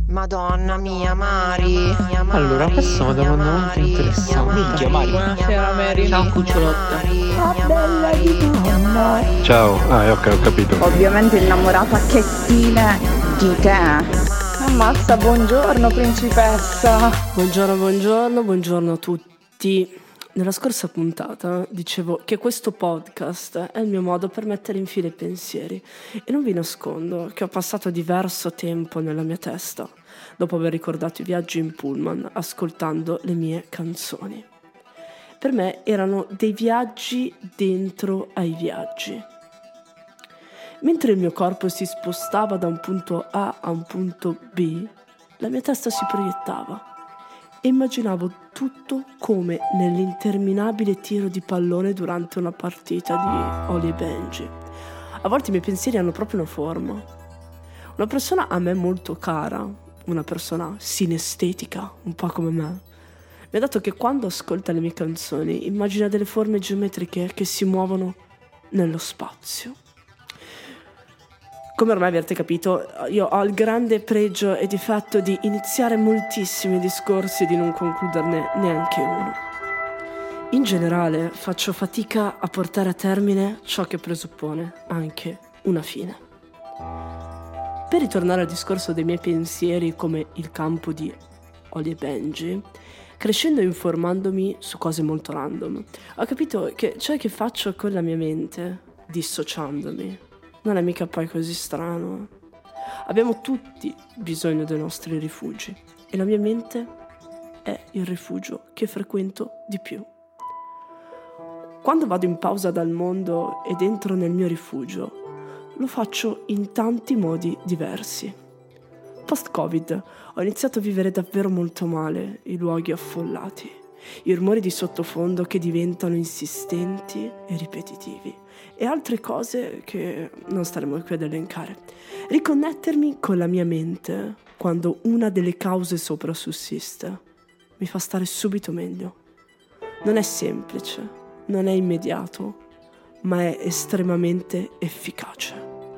Madonna mia, Mari. Allora, questa è una domanda molto interessante. Minchia, Mari. Buonasera, Mary. Ciao cucciolotta. Bella di donna. Ciao, ok, ho capito. Ovviamente innamorata che stile di te. Ammazza, buongiorno principessa. Buongiorno a tutti. Nella scorsa puntata dicevo che questo podcast è il mio modo per mettere in fila i pensieri e non vi nascondo che ho passato diverso tempo nella mia testa dopo aver ricordato i viaggi in pullman ascoltando le mie canzoni. Per me erano dei viaggi dentro ai viaggi. Mentre il mio corpo si spostava da un punto A a un punto B, la mia testa si proiettava e immaginavo tutto come nell'interminabile tiro di pallone durante una partita di Holly e Benji. A volte i miei pensieri hanno proprio una forma. Una persona a me molto cara, una persona sinestetica, un po' come me, mi ha detto che quando ascolta le mie canzoni immagina delle forme geometriche che si muovono nello spazio. Come ormai avete capito, io ho il grande pregio e difetto di iniziare moltissimi discorsi e di non concluderne neanche uno. In generale faccio fatica a portare a termine ciò che presuppone anche una fine. Per ritornare al discorso dei miei pensieri come il campo di Holly e Benji, crescendo e informandomi su cose molto random, ho capito che ciò che faccio con la mia mente, dissociandomi, non è mica poi così strano. Abbiamo tutti bisogno dei nostri rifugi e la mia mente è il rifugio che frequento di più. Quando vado in pausa dal mondo ed entro nel mio rifugio, lo faccio in tanti modi diversi. Post-Covid ho iniziato a vivere davvero molto male i luoghi affollati, i rumori di sottofondo che diventano insistenti e ripetitivi e altre cose che non staremo qui ad elencare. Riconnettermi con la mia mente quando una delle cause sopra sussiste mi fa stare subito meglio. Non è semplice, non è immediato, ma è estremamente efficace.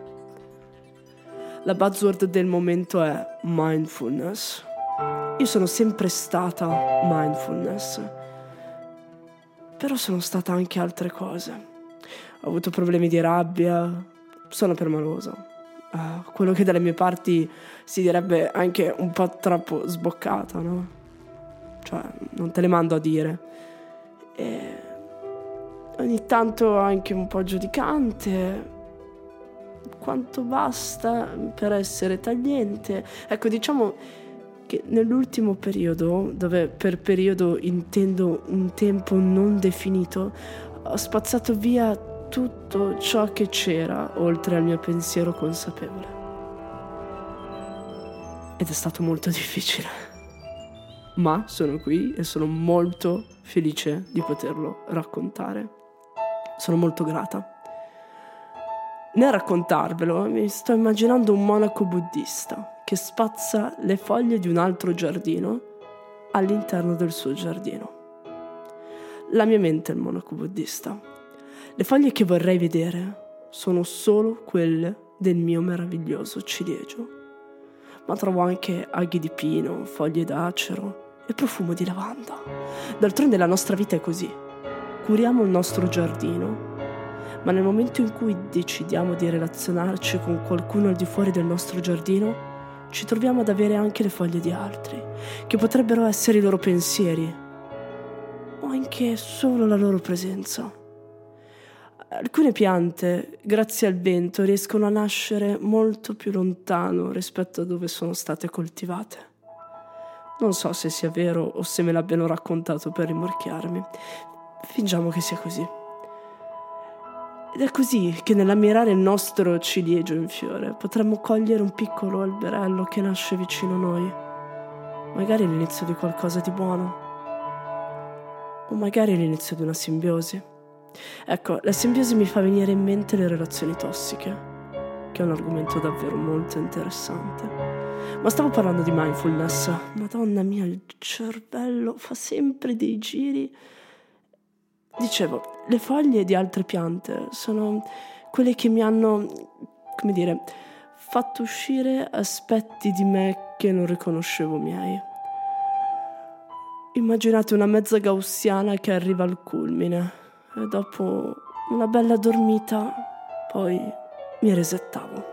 La buzzword del momento è mindfulness. Io sono sempre stata mindfulness, però sono stata anche altre cose. Ho avuto problemi di rabbia, sono permalosa. Quello che dalle mie parti si direbbe anche un po' troppo sboccata, no? Cioè, non te le mando a dire. E ogni tanto anche un po' giudicante, quanto basta per essere tagliente. Ecco, diciamo che nell'ultimo periodo, dove per periodo intendo un tempo non definito, ho spazzato via tutto ciò che c'era oltre al mio pensiero consapevole. Ed è stato molto difficile. Ma sono qui e sono molto felice di poterlo raccontare. Sono molto grata. Nel raccontarvelo mi sto immaginando un monaco buddista che spazza le foglie di un altro giardino all'interno del suo giardino. La mia mente è il monaco buddista. Le foglie che vorrei vedere sono solo quelle del mio meraviglioso ciliegio, ma trovo anche aghi di pino, foglie d'acero e profumo di lavanda. D'altronde la nostra vita è così. Curiamo il nostro giardino, ma nel momento in cui decidiamo di relazionarci con qualcuno al di fuori del nostro giardino, ci troviamo ad avere anche le foglie di altri, che potrebbero essere i loro pensieri, o anche solo la loro presenza. Alcune piante, grazie al vento, riescono a nascere molto più lontano rispetto a dove sono state coltivate. Non so se sia vero o se me l'abbiano raccontato per rimorchiarmi. Fingiamo che sia così. Ed è così che nell'ammirare il nostro ciliegio in fiore potremmo cogliere un piccolo alberello che nasce vicino a noi. Magari l'inizio di qualcosa di buono. O magari l'inizio di una simbiosi. Ecco, la simbiosi mi fa venire in mente le relazioni tossiche, che è un argomento davvero molto interessante. Ma stavo parlando di mindfulness. Madonna mia, il cervello fa sempre dei giri. Dicevo, le foglie di altre piante sono quelle che mi hanno, come dire, fatto uscire aspetti di me che non riconoscevo miei. Immaginate una mezza gaussiana che arriva al culmine e dopo una bella dormita poi mi resettavo.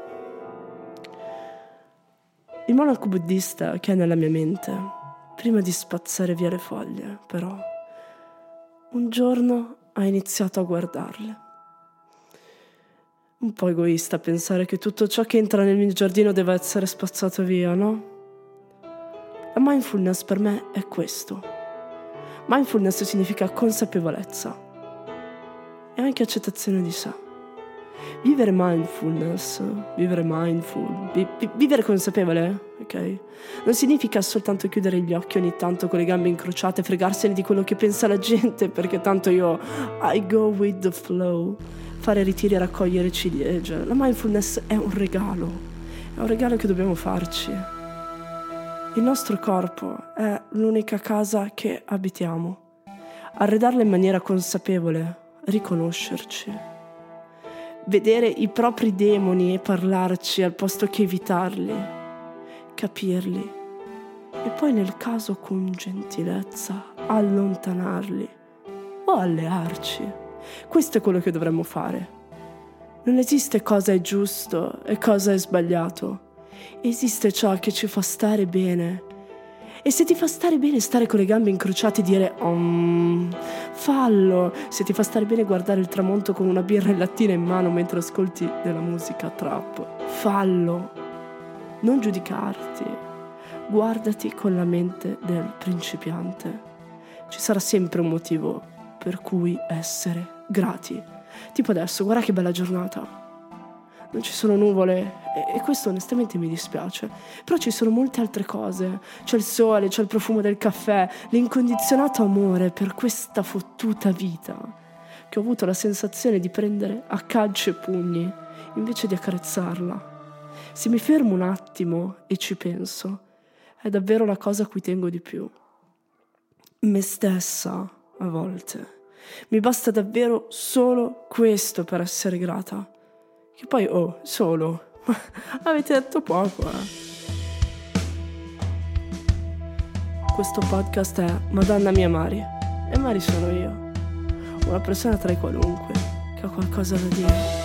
Il monaco buddista che è nella mia mente, prima di spazzare via le foglie, però, un giorno ha iniziato a guardarle. Un po' egoista pensare che tutto ciò che entra nel mio giardino deve essere spazzato via, no? La mindfulness per me è questo. Mindfulness significa consapevolezza e anche accettazione di sé. Vivere mindfulness, vivere mindful, vivere consapevole, ok? Non significa soltanto chiudere gli occhi ogni tanto con le gambe incrociate e fregarsene di quello che pensa la gente, perché tanto I go with the flow, fare ritiri e raccogliere ciliegie. La mindfulness è un regalo che dobbiamo farci. Il nostro corpo è l'unica casa che abitiamo. Arredarla in maniera consapevole, riconoscerci. Vedere i propri demoni e parlarci al posto che evitarli, capirli e poi nel caso con gentilezza allontanarli o allearci. Questo è quello che dovremmo fare. Non esiste cosa è giusto e cosa è sbagliato. Esiste ciò che ci fa stare bene. E se ti fa stare bene stare con le gambe incrociate e dire fallo. Se ti fa stare bene guardare il tramonto con una birra in lattina in mano mentre ascolti della musica trap, fallo. Non giudicarti. Guardati con la mente del principiante. Ci sarà sempre un motivo per cui essere grati. Tipo adesso, guarda che bella giornata. Non ci sono nuvole e questo onestamente mi dispiace, però ci sono molte altre cose. C'è il sole, c'è il profumo del caffè, l'incondizionato amore per questa fottuta vita che ho avuto la sensazione di prendere a calci e pugni invece di accarezzarla. Se mi fermo un attimo e ci penso, è davvero la cosa a cui tengo di più. Me stessa, a volte. Mi basta davvero solo questo per essere grata. Che poi, solo. Ma avete detto poco, Questo podcast è Madonna mia Mari. E Mari sono io. Una persona tra i qualunque che ha qualcosa da dire.